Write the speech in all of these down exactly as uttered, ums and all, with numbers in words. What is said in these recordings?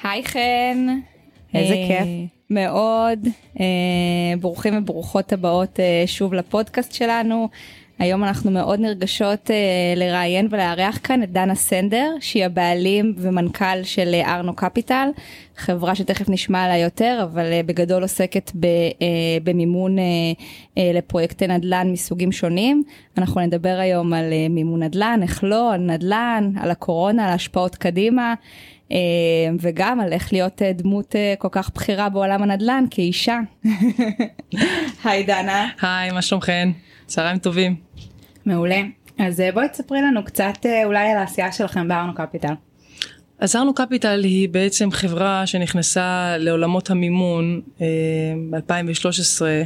היי חן. איזה כיף. מאוד. ברוכים וברוכות הבאות שוב לפודקאסט שלנו. היום אנחנו מאוד נרגשות לראיין ולארח כאן את דנה סנדר, שהיא הבעלים ומנכ"ל של ארנו קפיטל, חברה שתכף נשמע עליה יותר, אבל בגדול עוסקת במימון לפרויקטי נדל"ן מסוגים שונים. אנחנו נדבר היום על מימון נדל"ן, איך לא, על נדל"ן, על הקורונה, על השפעות קדימה, וגם על איך להיות דמות כל כך בחירה בעולם הנדל"ן כאישה. היי דנה. היי, מה שלומכן? צהריים טובים. מעולה. אז בואי תספרי לנו קצת אולי על העשייה שלכם בארנו קפיטל. אז ארנו קפיטל היא בעצם חברה שנכנסה לעולמות המימון ב-אלפיים ושלוש עשרה,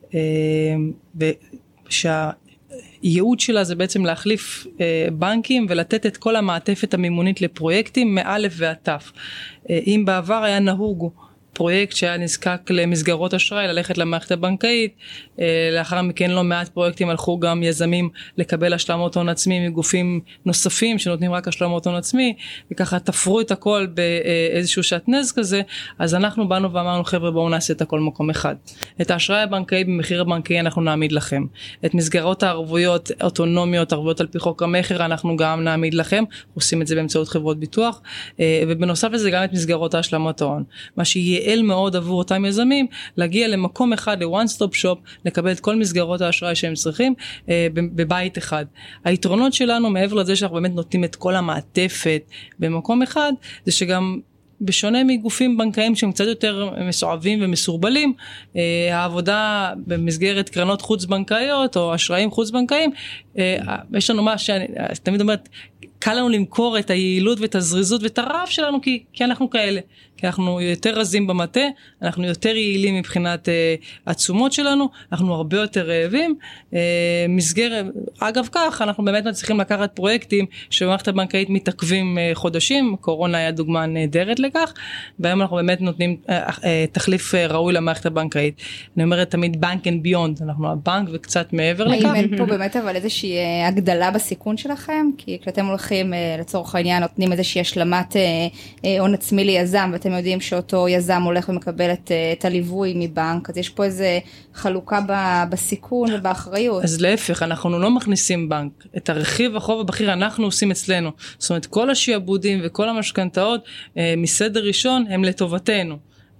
ושהייעוד שלה זה בעצם להחליף בנקים ולתת את כל המעטפת המימונית לפרויקטים מאלף ועד תף. אם בעבר היה נהוג פרויקט שהיה נזקק למסגרות אשראי, ללכת למערכת הבנקאית, לאחר מכן לא מעט פרויקטים הלכו גם יזמים לקבל השלמות הון עצמי מגופים נוספים שנותנים רק השלמות הון עצמי, וככה תפרו את הכל באיזשהו שעטנז כזה. אז אנחנו באנו ואמרנו, חבר'ה, בואו נעשה את הכל במקום אחד. את האשראי הבנקאי במחיר הבנקאי אנחנו נעמיד לכם. את מסגרות הערבויות אוטונומיות, ערבויות על פי חוק המחיר, אנחנו גם נעמיד לכם. עושים את זה באמצעות חברות ביטוח, ובנוסף לזה גם את מסגרות ההשלמות ההון. מה שיהיה אל מאוד עבור אותם יזמים, להגיע למקום אחד, ל-one stop shop, לקבל את כל מסגרות האשראי שהם צריכים, אה, בבית אחד. היתרונות שלנו, מעבר לזה שאנחנו באמת נותנים את כל המעטפת במקום אחד, זה שגם בשונה מגופים בנקאיים שהם קצת יותר מסועבים ומסורבלים, אה, העבודה במסגרת קרנות חוץ בנקאיות, או אשראים חוץ בנקאיים, אה, יש לנו מה שאני תמיד אומרת, קל לנו למכור את היעילות ואת הזריזות ואת הרעב שלנו, כי, כי אנחנו כאלה. כי אנחנו יותר רזים במטה, אנחנו יותר יעילים מבחינת uh, התשומות שלנו, אנחנו הרבה יותר רעבים. Uh, מסגרת, אגב כך, אנחנו באמת מצליחים לקחת פרויקטים שבמערכת הבנקאית מתעכבים uh, חודשים, קורונה היה דוגמה נהדרת לכך, והיום אנחנו באמת נותנים uh, uh, תחליף uh, ראוי למערכת הבנקאית. אני אומרת תמיד bank and beyond, אנחנו הבנק וקצת מעבר לכך. האם אין פה באמת אבל איזושהי הגדלה בסיכון שלכם? כי כשאתם הולכים uh, לצורך העניין, נותנים איזושהי השלמת הון uh, uh, עצמי ליזם, אתם יודעים שאותו יזם הולך ומקבל את, את הליווי מבנק, אז יש פה איזה חלוקה ב, בסיכון ובאחריות. אז להפך, אנחנו לא מכניסים בנק. את הרכיב החוב הבכיר אנחנו עושים אצלנו. זאת אומרת, כל השיעבודים וכל המשכנתאות מסדר ראשון הם לטובתנו.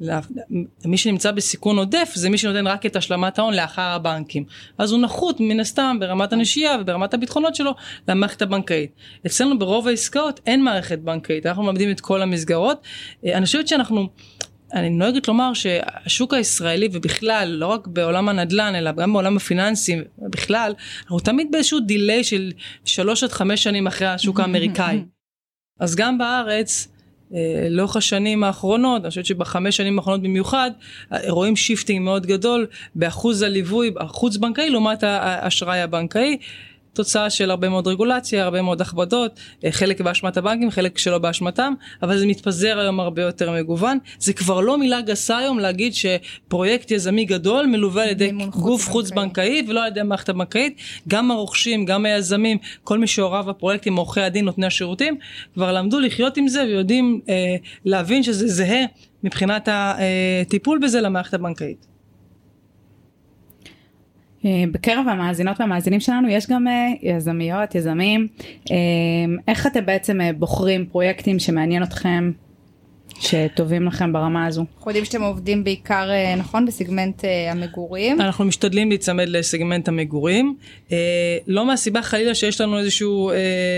מי שנמצא בסיכון עודף זה מי שנותן רק את השלמת ההון לאחר הבנקים, אז הוא נחות מן הסתם ברמת הנשייה וברמת הביטחונות שלו למערכת הבנקאית. אצלנו ברוב העסקאות אין מערכת בנקאית, אנחנו מעבדים את כל המסגרות. אני חושבת שאנחנו, אני נוהגת לומר שהשוק הישראלי ובכלל, לא רק בעולם הנדל"ן אלא גם בעולם הפיננסי בכלל, אנחנו תמיד באיזשהו דילי של שלוש עד חמש שנים אחרי השוק האמריקאי. אז גם בארץ לאורך השנים האחרונות, אני חושבת שבחמש שנים האחרונות במיוחד, רואים שיפטינג מאוד גדול באחוז הליווי, החוץ בנקאי לעומת האשראי הבנקאי, תוצאה של הרבה מאוד רגולציה, הרבה מאוד הכבדות, חלק באשמת הבנקים, חלק שלא באשמתם, אבל זה מתפזר היום הרבה יותר מגוון. זה כבר לא מילה גסה היום להגיד שפרויקט יזמי גדול מלווה על ידי גוף חוץ בנקאי ולא על ידי מערכת הבנקאית. גם הרוכשים, גם היזמים, כל מי שעורב בפרויקטים, עורכי הדין, נותני השירותים, כבר למדו לחיות עם זה ויודעים אה, להבין שזה זהה מבחינת הטיפול בזה למערכת הבנקאית. בקרב המאזינות והמאזינים שלנו יש גם יזמיות, יזמים. איך אתם בעצם בוחרים פרויקטים שמעניין אתכם, שטובים לכם ברמה הזו? אנחנו יודעים שאתם עובדים בעיקר, נכון, בסגמנט המגורים. אנחנו משתדלים להצמד לסגמנט המגורים, לא מהסיבה חלילה שיש לנו איזשהו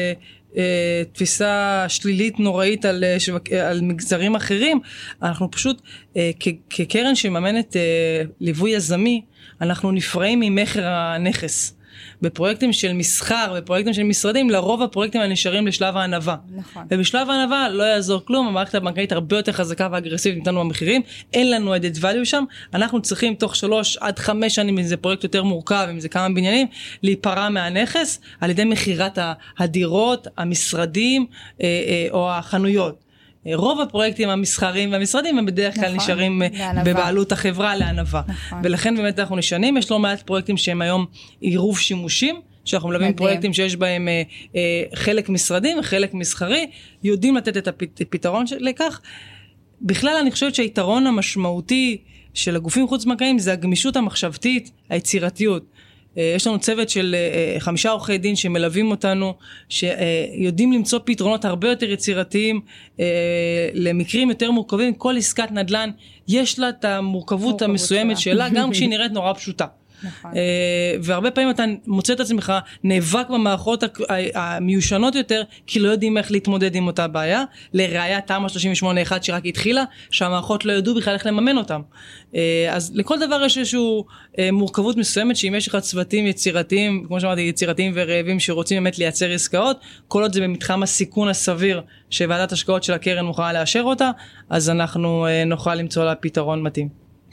תפיסה שלילית נוראית על, על מגזרים אחרים. אנחנו פשוט כקרן שמממנת ליווי יזמי, אנחנו נפרעים ממחר הנכס. בפרויקטים של מסחר, בפרויקטים של משרדים, לרוב הפרויקטים הנשארים לשלב הענבה. נכון. ובשלב הענבה לא יעזור כלום, המערכת הבנקאית הרבה יותר חזקה ואגרסיבית ניתנו במחירים, אין לנו added value שם, אנחנו צריכים תוך שלוש עד חמש שנים, אם זה פרויקט יותר מורכב, אם זה כמה בניינים, להיפרע מהנכס, על ידי מחירת הדירות, המשרדים, או החנויות. רוב הפרויקטים המסחריים והמשרדים הם בדרך כלל נכון, נשארים לענבה. בבעלות החברה לענבה. נכון. ולכן באמת אנחנו נשנים, יש לא מעט פרויקטים שהם היום עירוב שימושים, שאנחנו מלווים פרויקטים שיש בהם אה, אה, חלק משרדים וחלק מסחרי, יודעים לתת את הפתרון לכך. בכלל אני חושבת שהיתרון המשמעותי של הגופים חוץ-בנקאיים זה הגמישות המחשבתית, היצירתיות. יש לנו צוות של חמישה עורכי דין שמלווים אותנו, שיודעים למצוא פתרונות הרבה יותר יצירתיים למקרים יותר מורכבים. כל עסקת נדל"ן יש לה את המורכבות המסוימת שלה, גם כשהיא נראית נורא פשוטה. נכון. והרבה פעמים אתה מוצא את עצמך נאבק במערכות המיושנות יותר, כי לא יודעים איך להתמודד עם אותה בעיה. לראיה תמ"א שלושים ושמונה אחת שרק התחילה, שהמערכות לא ידעו בכלל איך לממן אותם. אז לכל דבר יש איזושהי מורכבות מסוימת, שאם יש לך צוותים יצירתיים, כמו שאמרתי, יצירתיים ורעבים שרוצים באמת לייצר עסקאות, כל עוד זה במתחם הסיכון הסביר שוועדת השקעות של הקרן מוכנה לאשר אותה, אז אנחנו נוכל למצוא לה פתרון מתאים.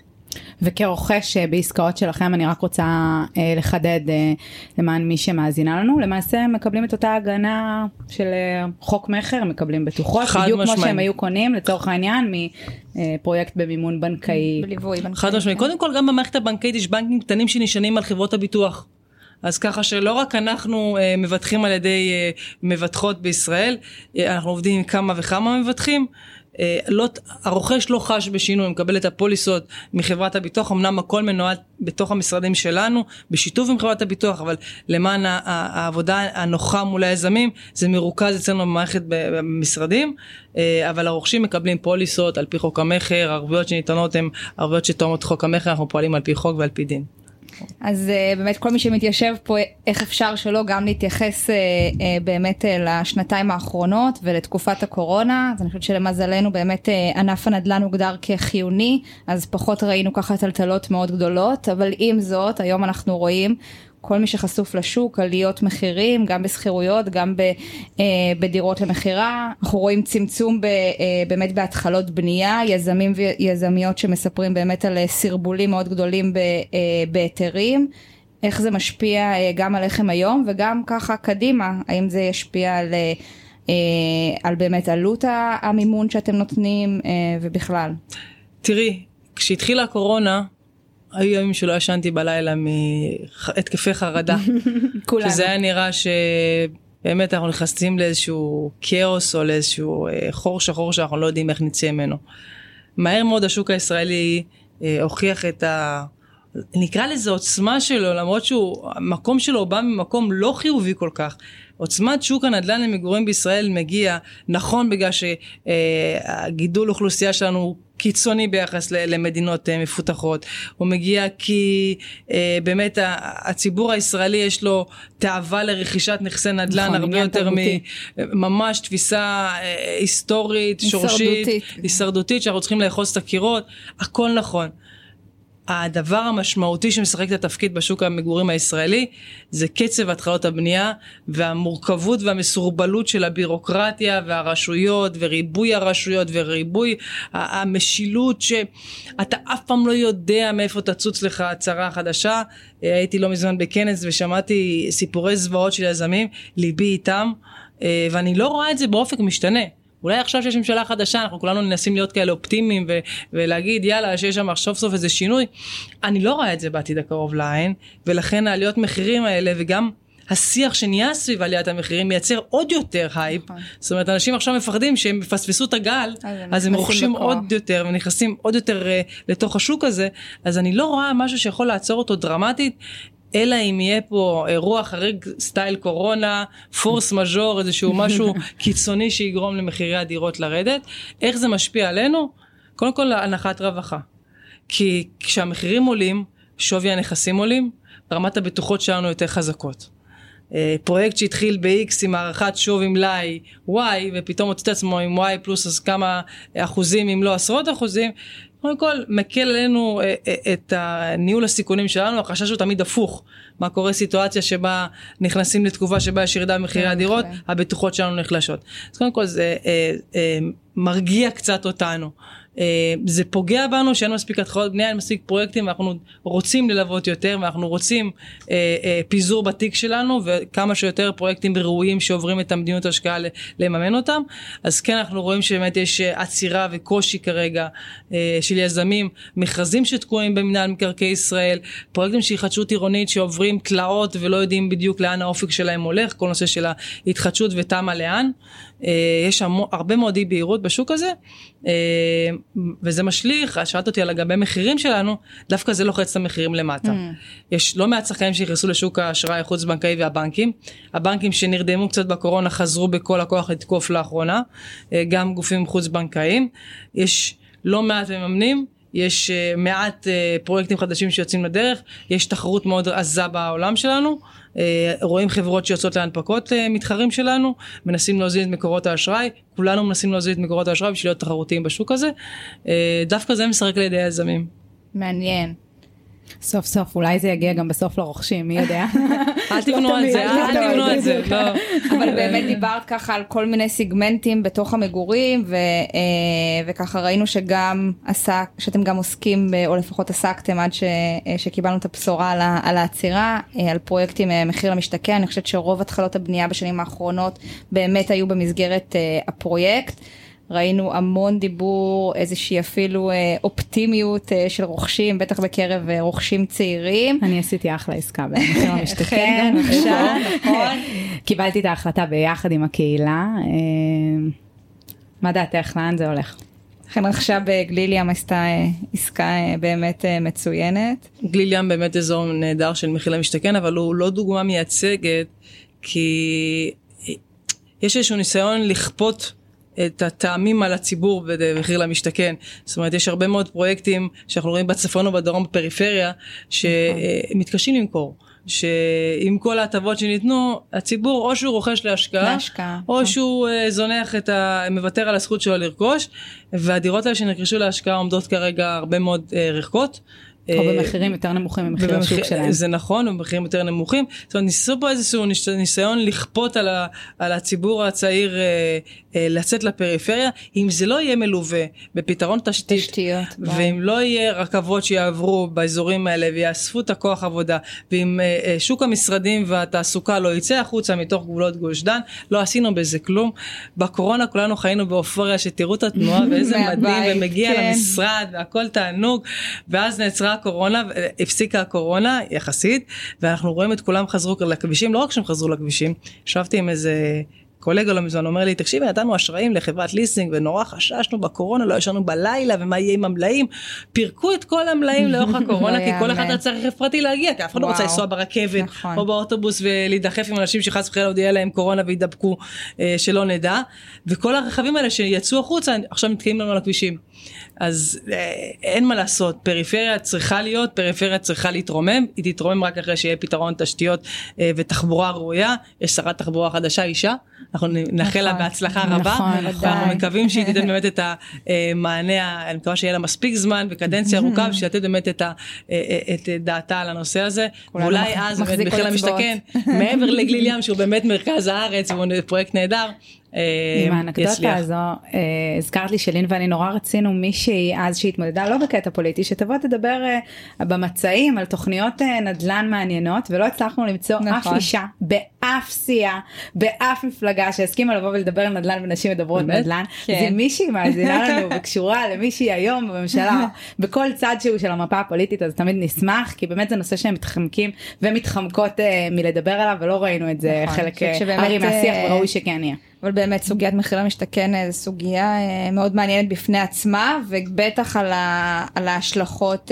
וכרוכש בעסקאות שלכם, אני רק רוצה אה, לחדד אה, למען מי שמאזינה לנו, למעשה מקבלים את אותה הגנה של אה, חוק מחר, מקבלים בטוחות, בדיוק משמעי. כמו שהם היו קונים לצורך העניין מפרויקט במימון בנקאי. בליווי בנקאי. חד משמעי. קודם כל גם במערכת הבנקאית יש בנקים קטנים שנשענים על חברות הביטוח. אז ככה שלא רק אנחנו אה, מבטחים על ידי אה, מבטחות בישראל, אה, אנחנו עובדים עם כמה וכמה מבטחים, לא, הרוכש לא חש בשינוי, מקבל את הפוליסות מחברת הביטוח, אמנם הכל מנוהל בתוך המשרדים שלנו, בשיתוף עם חברת הביטוח, אבל למען העבודה הנוחה מול היזמים, זה מרוכז אצלנו במערכת במשרדים, אבל הרוכשים מקבלים פוליסות על פי חוק המחר, הערבויות שניתנות הן ערבויות שתואמות חוק המחר, אנחנו פועלים על פי חוק ועל פי דין. אז uh, באמת כל מי שמתיישב פה, איך אפשר שלא גם להתייחס uh, uh, באמת uh, לשנתיים האחרונות ולתקופת הקורונה. אז אני חושבת שלמזלנו באמת uh, ענף הנדל"ן הוגדר כחיוני, אז פחות ראינו ככה טלטלות מאוד גדולות, אבל עם זאת היום אנחנו רואים כל מי שחשוף לשוק, עליות מחירים, גם בסחירויות, גם ב, אה, בדירות למחירה. אנחנו רואים צמצום ב, אה, באמת בהתחלות בנייה, יזמים ויזמיות שמספרים באמת על סרבולים מאוד גדולים ב, אה, בהיתרים. איך זה משפיע אה, גם עליכם היום, וגם ככה קדימה, האם זה ישפיע על, אה, על באמת עלות המימון שאתם נותנים אה, ובכלל? תראי, כשהתחילה הקורונה, היו ימים שלא ישנתי בלילה מהתקפי חרדה. כולנו. שזה היה נראה שבאמת אנחנו נכנסים לאיזשהו כאוס או לאיזשהו חור שחור שאנחנו לא יודעים איך נצא ממנו. מהר מאוד השוק הישראלי הוכיח את ה... נקרא לזה עוצמה שלו, למרות שהוא, המקום שלו בא ממקום לא חיובי כל כך. עוצמת שוק הנדל"ן למגורים בישראל מגיע, נכון בגלל שהגידול אוכלוסייה שלנו הוא קיצוני ביחס למדינות מפותחות. הוא מגיע כי באמת הציבור הישראלי יש לו תאווה לרכישת נכסי נדל"ן הרבה יותר ממש תפיסה היסטורית, שורשית, הישרדותית, שאנחנו צריכים לאחוז את הקירות. הכל נכון. הדבר המשמעותי שמשחק את התפקיד בשוק המגורים הישראלי זה קצב התחלות הבנייה והמורכבות והמסורבלות של הבירוקרטיה והרשויות וריבוי הרשויות וריבוי המשילות שאתה אף פעם לא יודע מאיפה תצוץ לך הצרה החדשה. הייתי לא מזמן בכנס ושמעתי סיפורי זוועות של יזמים, ליבי איתם, ואני לא רואה את זה באופק משתנה. אולי עכשיו שיש ממשלה חדשה, אנחנו כולנו ננסים להיות כאלה אופטימיים ו- ולהגיד יאללה שיש שם סוף סוף איזה שינוי. אני לא רואה את זה בעתיד הקרוב לעין, ולכן העליות מחירים האלה וגם השיח שנהיה סביב עליית המחירים מייצר עוד יותר הייפ. זאת אומרת, אנשים עכשיו מפחדים שהם מפספסו את הגל, אז הם רוכשים עוד יותר ונכנסים עוד יותר uh, לתוך השוק הזה. אז אני לא רואה משהו שיכול לעצור אותו דרמטית, אלא אם יהיה פה אירוע חריג סטייל קורונה, פורס מז'ור, איזשהו משהו קיצוני שיגרום למחירי הדירות לרדת. איך זה משפיע עלינו? קודם כל הנחת רווחה. כי כשהמחירים עולים, שווי הנכסים עולים, רמת הבטוחות שלנו יותר חזקות. פרויקט שהתחיל ב-X עם הערכת שווי מלאי Y, ופתאום הוציא את עצמו עם Y פלוס אז כמה אחוזים, אם לא עשרות אחוזים, קודם כל מקל עלינו את הניהול הסיכונים שלנו. החשש הוא תמיד הפוך, מה קורה סיטואציה שבה נכנסים לתקופה שבה יש ירידה במחירי הדירות, הבטוחות שלנו נחלשות. אז קודם כל זה מרגיע קצת אותנו. זה פוגע בנו שאין מספיק התחלות בנייה, אין מספיק פרויקטים, ואנחנו רוצים ללוות יותר, ואנחנו רוצים פיזור בתיק שלנו, וכמה שיותר פרויקטים ראויים שעוברים את המדיניות ההשקעה לממן אותם. אז כן, אנחנו רואים שבאמת יש עצירה וקושי כרגע של יזמים, מכרזים שתקועים במנהל מקרקעי ישראל, פרויקטים של התחדשות עירונית שעוברים עוברים תלאות ולא יודעים בדיוק לאן האופק שלהם הולך, כל נושא של ההתחדשות ותמה לאן, יש הרבה מאוד אי בהירות בשוק הזה, וזה משליך, שאלת אותי על לגבי מחירים שלנו, דווקא זה לוחץ את המחירים למטה. יש לא מעט שחקנים שיכנסו לשוק האשראי החוץ בנקאי והבנקים, הבנקים שנרדמו קצת בקורונה חזרו בכל הכוח לתקוף לאחרונה, גם גופים חוץ בנקאיים, יש לא מעט מממנים, יש uh, מעט uh, פרויקטים חדשים שיוצאים לדרך, יש תחרות מאוד עזה בעולם שלנו, uh, רואים חברות שיוצאות להנפקות uh, מתחרים שלנו, מנסים להוזיל את מקורות האשראי, כולנו מנסים להוזיל את מקורות האשראי בשביל להיות תחרותיים בשוק הזה, uh, דווקא זה משחק לידי היזמים. מעניין. סוף סוף, אולי זה יגיע גם בסוף לרוכשים, מי יודע? אל תבנו על זה, אל תבנו על זה, לא. אבל באמת דיברת ככה על כל מיני סיגמנטים בתוך המגורים, וככה ראינו שגם עסק, שאתם גם עוסקים, או לפחות עסקתם עד שקיבלנו את הבשורה על העצירה, על פרויקטים מחיר למשתכן. אני חושבת שרוב התחלות הבנייה בשנים האחרונות באמת היו במסגרת הפרויקט. ראינו המון דיבור, איזושהי אפילו אופטימיות של רוכשים, בטח בקרב רוכשים צעירים. אני עשיתי אחלה עסקה במחיר למשתכן. נכון. קיבלתי את ההחלטה ביחד עם הקהילה. מה דעתך, לאן זה הולך? לכן רכשה בגליל ים עשתה עסקה באמת מצוינת. גליל ים באמת אזור נהדר של מחיר למשתכן, אבל הוא לא דוגמה מייצגת, כי יש איזשהו ניסיון לכפות את הטעמים על הציבור במחיר למשתכן. זאת אומרת, יש הרבה מאוד פרויקטים שאנחנו רואים בצפון או בדרום בפריפריה, שמתקשים למכור. שעם כל ההטבות שניתנו, הציבור או שהוא רוכש להשקעה, להשקעה. או שהוא זונח את ה... מוותר על הזכות שלו לרכוש, והדירות האלה שנרכשו להשקעה עומדות כרגע הרבה מאוד רחקות, או במחירים יותר נמוכים ממחיר השוק שלהם. זה נכון, במחירים יותר נמוכים. זאת אומרת, ניסו פה איזשהו ניסיון לכפות על, ה, על הציבור הצעיר אה, אה, לצאת לפריפריה, אם זה לא יהיה מלווה בפתרון תשתית, תשתיות, ואם לא יהיה רכבות שיעברו באזורים האלה ויאספו את הכוח עבודה, ואם אה, אה, שוק המשרדים והתעסוקה לא יצא החוצה מתוך גבולות גוש דן, לא עשינו בזה כלום. בקורונה כולנו חיינו באופוריה שתראו את התנועה ואיזה מדהים, ומגיע כן. למשרד והכל תענוג, ואז נעצרה הקורונה, הפסיקה הקורונה יחסית, ואנחנו רואים את כולם חזרו לכבישים, לא רק שהם חזרו לכבישים, ישבתי עם איזה קולגה לא מזמן, אומר לי, תקשיבי, נתנו אשראים לחברת ליסינג, ונורא חששנו בקורונה, לא ישנו בלילה, ומה יהיה עם המלאים, פירקו את כל המלאים לאורך הקורונה, כי כל אחד צריך רכב פרטי להגיע, כי אף אחד לא רוצה לנסוע ברכבת, או באוטובוס, ולהידחף עם אנשים שחס וחלילה עוד יהיה להם קורונה, וידבקו שלא נדע, וכל הרכבים האלה שיצאו החוצה, עכשיו מתקיים לנו על הכבישים. אז אין מה לעשות, פריפריה צריכה להיות, פריפריה צריכה להתרומם, היא תתרומם רק אחרי שיהיה פתרון תשתיות ותחבורה ראויה, יש שרת תחבורה חדשה, אישה, אנחנו נאחל לה בהצלחה רבה, ואנחנו מקווים שהיא תיתן באמת את המענה, אני מקווה שיהיה לה מספיק זמן וקדנציה ארוכה, ושתתן באמת את דעתה על הנושא הזה, ואולי אז באמת מחיר למשתכן, מעבר לגליל ים שהוא באמת מרכז הארץ, והוא פרויקט נהדר, עם האנקדוטה הזו, הזכרת לי שלין ואני נורא רצינו מישהי אז שהתמודדה לא בקטע פוליטי, שתבוא תדבר במצעים על תוכניות נדל"ן מעניינות, ולא הצלחנו למצוא אף אישה באף סיעה, באף מפלגה שהסכימה לבוא ולדבר על נדל"ן ונשים מדברות נדל"ן. זה מישהי מאזינה לנו וקשורה למישהי היום בממשלה, בכל צד שהוא של המפה הפוליטית, אז תמיד נשמח, כי באמת זה נושא שהם מתחמקים ומתחמקות מלדבר עליו, ולא ראינו את זה חלק הרי מהשיח, וראוי שכן יהיה. אבל באמת סוגיית מחיר למשתכן זו סוגיה מאוד מעניינת בפני עצמה, ובטח על, ה, על ההשלכות.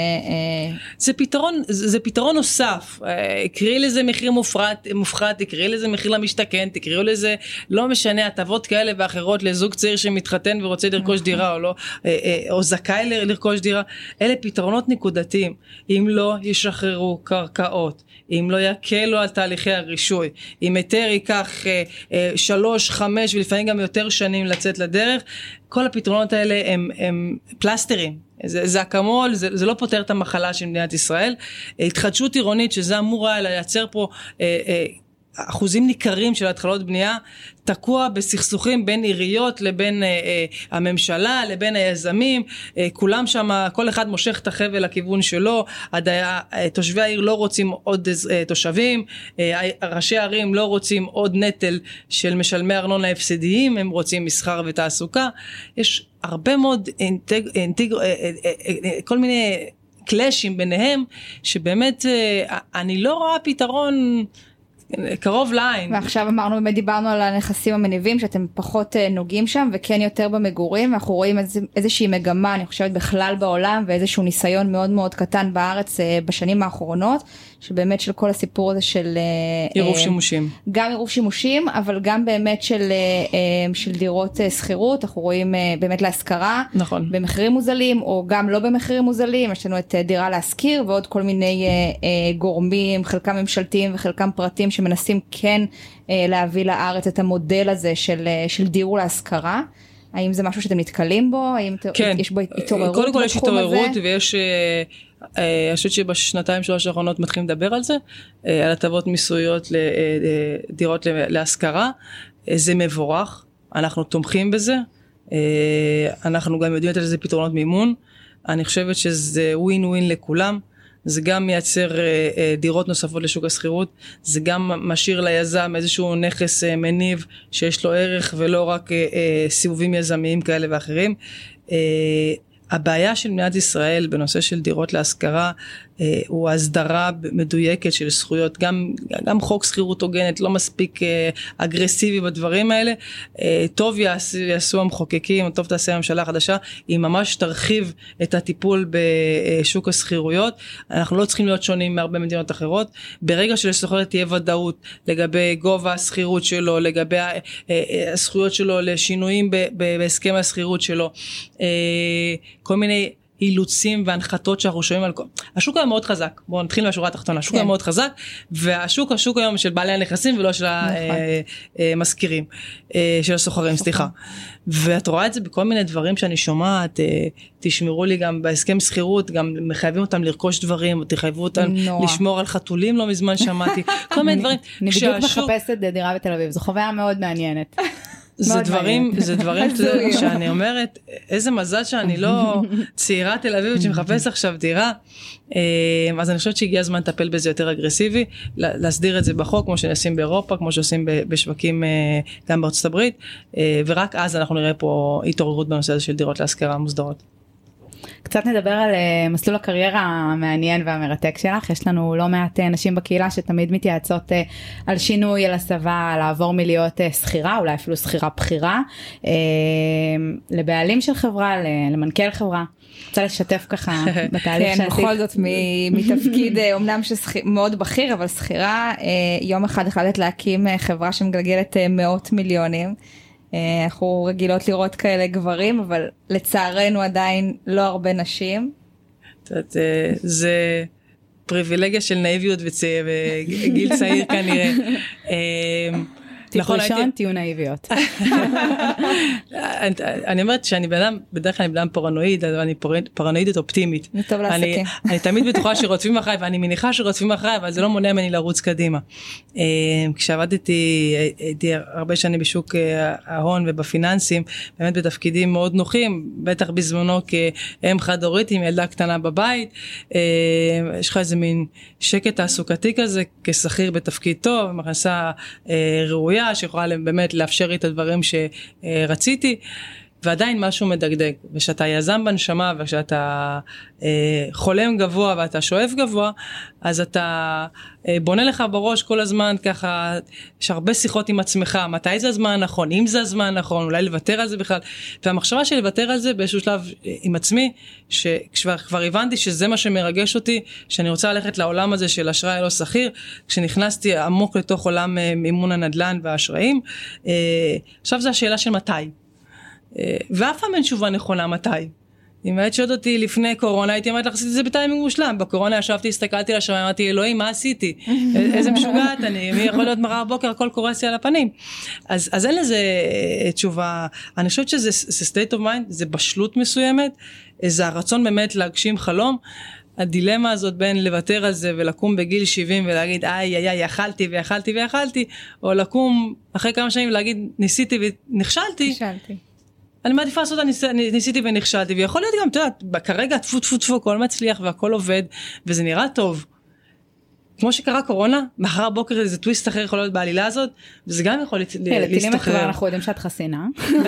זה פתרון, זה פתרון נוסף. קראי לזה מחיר מופחת, מופחת, תקראי לזה מחיר למשתכן, תקראו לזה, לא משנה, הטבות כאלה ואחרות לזוג צעיר שמתחתן ורוצה לרכוש דירה או לא, או זכאי לרכוש דירה. אלה פתרונות נקודתיים. אם לא ישחררו קרקעות, אם לא יקלו על תהליכי הרישוי, אם היתר ייקח שלוש, חמש ולפעמים גם יותר שנים לצאת לדרך, כל הפתרונות האלה הם, הם פלסטרים. זה, זה אקמול, זה, זה לא פותר את המחלה של מדינת ישראל. התחדשות עירונית, שזה אמור היה לייצר פה אה, אה, אחוזים ניכרים של התחלות בנייה, תקוע בסכסוכים בין עיריות לבין אה, אה, הממשלה, לבין היזמים, אה, כולם שם, כל אחד מושך את החבל לכיוון שלו, הדיה, אה, תושבי העיר לא רוצים עוד אה, תושבים, אה, ראשי הערים לא רוצים עוד נטל של משלמי ארנונה הפסדיים, הם רוצים מסחר ותעסוקה, יש הרבה מאוד אינטג, אינטג, אה, אה, אה, כל מיני קלאשים ביניהם, שבאמת אני לא רואה פתרון קרוב לעין. ועכשיו אמרנו, באמת דיברנו על הנכסים המניבים, שאתם פחות נוגעים שם, וכן יותר במגורים, ואנחנו רואים איז, איזושהי מגמה, אני חושבת בכלל בעולם, ואיזשהו ניסיון מאוד מאוד קטן בארץ בשנים האחרונות, שבאמת של כל הסיפור הזה של עירוב שימושים. גם עירוב שימושים, אבל גם באמת של, של דירות שכירות, אנחנו רואים באמת להשכרה, נכון. במחירים מוזלים, או גם לא במחירים מוזלים, יש לנו את דירה להשכיר, ועוד כל מיני גורמים, חלקם ממשלתיים וחלקם פרטיים, שמנסים כן להביא לארץ את המודל הזה של, של דיור להשכרה. האם זה משהו שאתם נתקלים בו? האם כן. יש בו התעוררות בתחום הזה? קודם כל יש התעוררות, ויש, אני חושבת שבשנתיים שלוש האחרונות מתחילים לדבר על זה, על הטבות מיסויות לדירות להשכרה. זה מבורך, אנחנו תומכים בזה, אנחנו גם יודעים לתת לזה פתרונות מימון, אני חושבת שזה ווין ווין לכולם, זה גם מייצר אה, אה, דירות נוספות לשוק השכירות, זה גם משאיר ליזם איזשהו נכס אה, מניב שיש לו ערך ולא רק אה, אה, סיבובים יזמיים כאלה ואחרים. אה, הבעיה של מדינת ישראל בנושא של דירות להשכרה אה, הוא הסדרה מדויקת של זכויות, גם, גם חוק שכירות הוגנת לא מספיק אה, אגרסיבי בדברים האלה, אה, טוב יעשו, יעשו המחוקקים, טוב תעשה הממשלה החדשה, היא ממש תרחיב את הטיפול בשוק השכירויות, אנחנו לא צריכים להיות שונים מהרבה מדינות אחרות, ברגע שלשוכר תהיה ודאות לגבי גובה השכירות שלו, לגבי הזכויות שלו לשינויים בהסכם השכירות שלו, אה, כל מיני אילוצים והנחתות שאנחנו שומעים על כל... השוק היה מאוד חזק, בואו נתחיל מהשורה התחתונה, השוק היה מאוד חזק, והשוק, השוק היום של בעלי הנכסים ולא של המזכירים, של הסוחרים, סליחה. ואת רואה את זה בכל מיני דברים שאני שומעת, תשמרו לי גם בהסכם שכירות, גם מחייבים אותם לרכוש דברים, או תחייבו אותם לשמור על חתולים, לא מזמן שמעתי, כל מיני דברים. אני בדיוק מחפשת דירה בתל אביב, זו חוויה מאוד מעניינת. זה דברים, זה דברים שאני אומרת, איזה מזל שאני לא צעירה תל אביבית שמחפש עכשיו דירה, אז אני חושבת שהגיע הזמן לטפל בזה יותר אגרסיבי, להסדיר את זה בחוק, כמו שנעשים באירופה, כמו שעושים בשווקים גם בארצות הברית, ורק אז אנחנו נראה פה התעוררות בנושא הזה של דירות להשכרה מוסדרות. קצת נדבר על uh, מסלול הקריירה המעניין והמרתק שלך, יש לנו לא מעט uh, נשים בקהילה שתמיד מתייעצות uh, על שינוי, על הסבה, לעבור מלהיות uh, שכירה, אולי אפילו שכירה בחירה, uh, לבעלים של חברה, למנכ"ל חברה, רוצה לשתף ככה בתהליך שעשית. כן, בכל זאת מתפקיד אומנם מאוד בכיר, אבל שכירה, uh, יום אחד החלטת להקים uh, חברה שמגלגלת uh, מאות מיליונים, אנחנו רגילות לראות כאלה גברים, אבל לצערנו עדיין לא הרבה נשים. זה פריבילגיה של נאיביות וגיל צעיר כנראה. טיפ ראשון, תהיו נאיביות. אני אומרת שאני בנאדם, בדרך כלל אני בנאדם פרנואיד, אבל אני פרנואידית אופטימית. זה טוב לעסקים. אני תמיד בטוחה שרודפים אחריי, ואני מניחה שרודפים אחריי, אבל זה לא מונע ממני לרוץ קדימה. כשעבדתי, הייתי הרבה שנים בשוק ההון ובפיננסים, באמת בתפקידים מאוד נוחים, בטח בזמנו כאם חד הורית עם ילדה קטנה בבית, יש לך איזה מין שקט תעסוקתי כזה, כשכיר בתפקיד טוב, מכנסה ראויה, שיכולה באמת לאפשר לי את הדברים שרציתי, ועדיין משהו מדגדג, ושאתה יזם בנשמה, וכשאתה אה, חולם גבוה, ואתה שואף גבוה, אז אתה אה, בונה לך בראש כל הזמן ככה, יש הרבה שיחות עם עצמך, מתי זה הזמן הנכון, אם זה הזמן הנכון, אולי לוותר על זה בכלל, והמחשבה של לוותר על זה באיזשהו שלב אה, עם עצמי, שכבר כבר הבנתי שזה מה שמרגש אותי, שאני רוצה ללכת לעולם הזה של אשראי לא שכיר, כשנכנסתי עמוק לתוך עולם אה, מימון הנדל"ן והאשראים, אה, עכשיו זה השאלה של מתי, ואף פעם אין תשובה נכונה מתי. אם היית שואלת אותי לפני קורונה, הייתי אומרת לך, עשיתי את זה בטיימינג מושלם. בקורונה ישבתי, הסתכלתי על השמיים, אמרתי, אלוהים, מה עשיתי? איזה משוגעת אני, מי יכול להיות מחר בוקר, הכל קורס לי על הפנים. אז, אז אין לזה תשובה. אני חושבת שזה state of mind, זה בשלות מסוימת, זה הרצון באמת להגשים חלום. הדילמה הזאת בין לוותר על זה ולקום בגיל שבעים ולהגיד, איי, איי, איי, אכלתי ואכלתי ואכלתי, או לקום אחרי כמה שנים ולהגיד, ניסיתי ונכשלתי. נכשלתי. אני מעדיפה לעשות, אני ניסיתי ונכשלתי, ויכול להיות גם, אתה יודע, כרגע תפו תפו תפו, הכל מצליח והכל עובד, וזה נראה טוב. כמו שקרה קורונה, מחר הבוקר איזה טוויסט אחר יכול להיות בעלילה הזאת, וזה גם יכול להסתחרר. אנחנו יודעים שאת חסינה.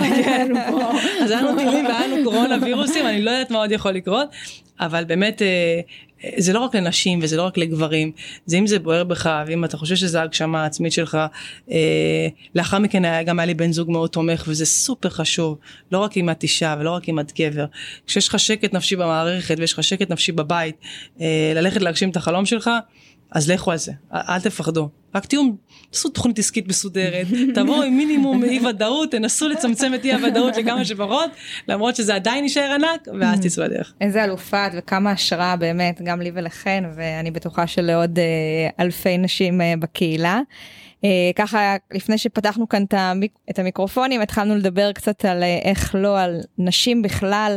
אז היינו טילים והיינו קורונה וירוסים, אני לא יודעת מה עוד יכול לקרות, אבל באמת זה לא רק לנשים וזה לא רק לגברים, זה אם זה בוער בך, ואם אתה חושב שזה הגשמה העצמית שלך, לאחר מכן היה גם היה לי בן זוג מאוד תומך, וזה סופר חשוב, לא רק אם את אישה ולא רק אם את גבר, כשיש לך שקט נפשי במערכת ויש לך שקט נפשי בבית, ללכת להגשים את החלום שלך, אז לכו על זה, אל תפחדו, רק תהיו, תעשו תוכנית עסקית מסודרת, תבואו עם מינימום אי ודאות, תנסו לצמצם את אי הוודאות לכמה שפחות, למרות שזה עדיין יישאר ענק, ואז תצאו לדרך. איזה אלופת וכמה השראה באמת, גם לי ולכן, ואני בטוחה שלעוד אלפי נשים בקהילה. ככה לפני שפתחנו כאן את המיקרופונים התחלנו לדבר קצת על איך לא, על נשים בכלל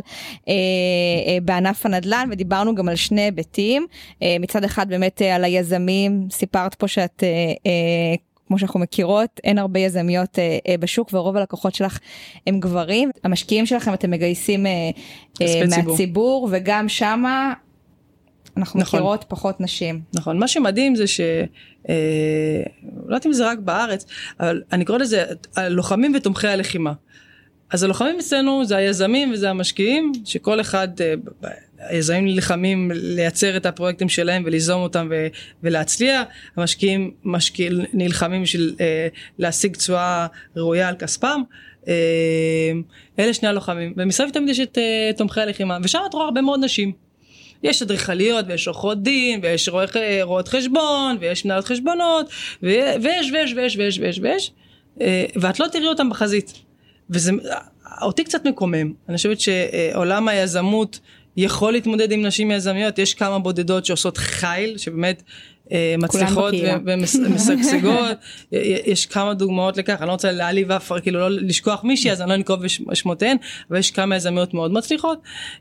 בענף הנדל"ן, ודיברנו גם על שני היבטים, מצד אחד באמת על היזמים, סיפרת פה שאת כמו שאנחנו מכירות, אין הרבה יזמיות בשוק, ורוב הלקוחות שלך הם גברים, המשקיעים שלכם אתם מגייסים מהציבור, וגם שמה אנחנו נכון. מכירות פחות נשים. נכון, מה שמדהים זה ש... אה, לא יודעת אם זה רק בארץ, אבל אני קורא לזה לוחמים ותומכי הלחימה. אז הלוחמים אצלנו זה היזמים וזה המשקיעים, שכל אחד, אה, היזמים נלחמים לייצר את הפרויקטים שלהם וליזום אותם ו- ולהצליח, המשקיעים משקיע, נלחמים בשביל אה, להשיג תשואה ראויה על כספם, אה, אלה שני הלוחמים, ומסביב תמיד יש את אה, תומכי הלחימה, ושם את רואה הרבה מאוד נשים. יש אדריכליות ויש עורכות דין ויש רואות חשבון ויש מנהלות חשבונות ויש ויש ויש ויש ויש ויש ואת לא תראי אותם בחזית, וזה אותי קצת מקומם. אני חושבת שעולם היזמות יכול להתמודד עם נשים יזמיות, יש כמה בודדות שעושות חיל שבאמת מצליחות ומשגשגות, יש כמה דוגמאות לכך, אני לא רוצה להעליב אף, כאילו לא לשכוח מישהי אז אני לא נקוב בשמותיהן, אבל יש כמה יזמיות מאוד מצליחות.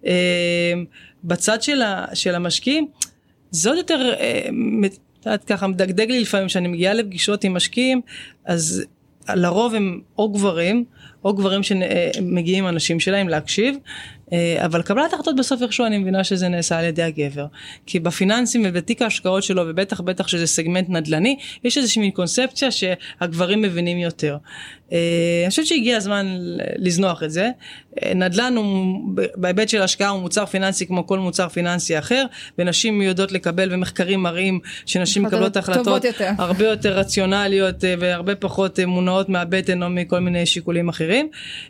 בצד של, ה, של המשקיעים, זה עוד יותר, אה, ככה מדגדג לי לפעמים, שאני מגיעה לפגישות עם משקיעים, אז לרוב הם או גברים, או גברים שמגיעים אנשים שלהם להקשיב, אבל קבלת החלטות בסוף איכשהו אני מבינה שזה נעשה על ידי הגבר, כי בפיננסים ובתיק ההשקעות שלו, ובטח בטח שזה סגמנט נדל"ני, יש איזושהי מין קונספציה שהגברים מבינים יותר. אני חושבת שהגיע הזמן לזנוח את זה. נדל"ן הוא, בהיבט של השקעה, הוא מוצר פיננסי כמו כל מוצר פיננסי אחר, ונשים יודעות לקבל, ומחקרים מראים שנשים מקבלות החלטות הרבה יותר רציונליות, והרבה פחות מונעות מהבטן או מכל מיני שיקולים אחרים.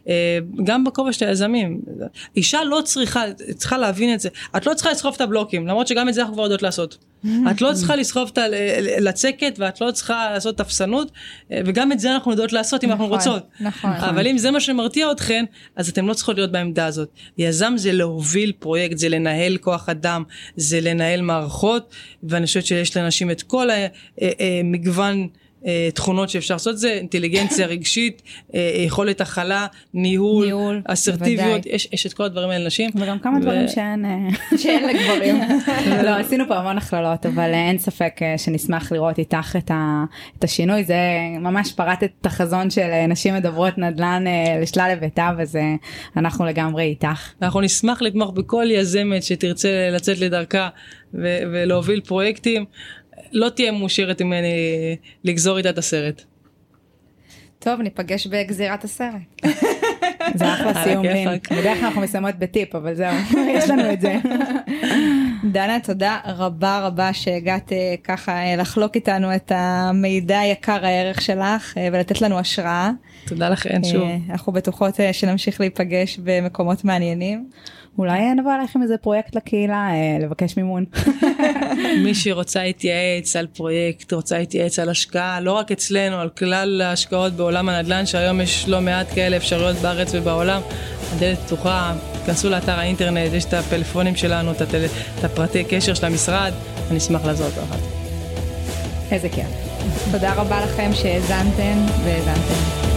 גם בכובע של היזמים, אישה לא צריכה, צריכה להבין את זה, את לא צריכה לסחוב את הבלוקים, למרות שגם את זה אנחנו כבר יודעות לעשות. את לא צריכה לסחוב את לצקת, ואת לא צריכה לעשות תפסנות, וגם את זה אנחנו יודעות לעשות אם אנחנו רוצות. אבל אם זה מה שמרתיע אתכן, אז אתם לא צריכות להיות בעמדה הזאת. יזם זה להוביל פרויקט, זה לנהל כוח אדם, זה לנהל מערכות, ואני חושבת שיש לאנשים את כל המגוון תכונות שאפשר לעשות זה, אינטליגנציה רגשית, יכולת הכלה, ניהול, ניהול אסרטיביות, יש, יש את כל הדברים האלה נשים. וגם כמה ו... דברים שאין, שאין לגברים. לא, עשינו פה המון הכללות, אבל אין ספק שנשמח לראות איתך את, ה, את השינוי, זה ממש פרט את החזון של נשים מדברות נדל"ן לשלל היבטיו, אז אנחנו לגמרי איתך. אנחנו נשמח לתמוך בכל יזמת שתרצה לצאת לדרכה ו- ולהוביל פרויקטים, לא תהיה מאושרת ממני לגזור איתה את הסרט. טוב, ניפגש בגזירת הסרט. זה אחלה סיומים. בדרך כלל אנחנו מסיימות בטיפ, אבל זהו, יש לנו את זה. דנה, תודה רבה רבה שהגעת ככה לחלוק איתנו את המידע יקר הערך שלך, ולתת לנו השראה. תודה לכן שוב. אנחנו בטוחות שנמשיך להיפגש במקומות מעניינים. אולי נבוא עליך עם איזה פרויקט לקהילה, לבקש מימון. מי שרוצה להתייעץ על פרויקט, רוצה להתייעץ על השקעה, לא רק אצלנו, על כלל ההשקעות בעולם הנדל"ן, שהיום יש לא מעט כאלה אפשרויות בארץ ובעולם, הדלת פתוחה, כנסו לאתר האינטרנט, יש את הפלאפונים שלנו, את, הטל... את הפרטי קשר של המשרד, אני אשמח לעזור לכם. איזה כיף. תודה רבה לכם שהאזנתם והאזנתם.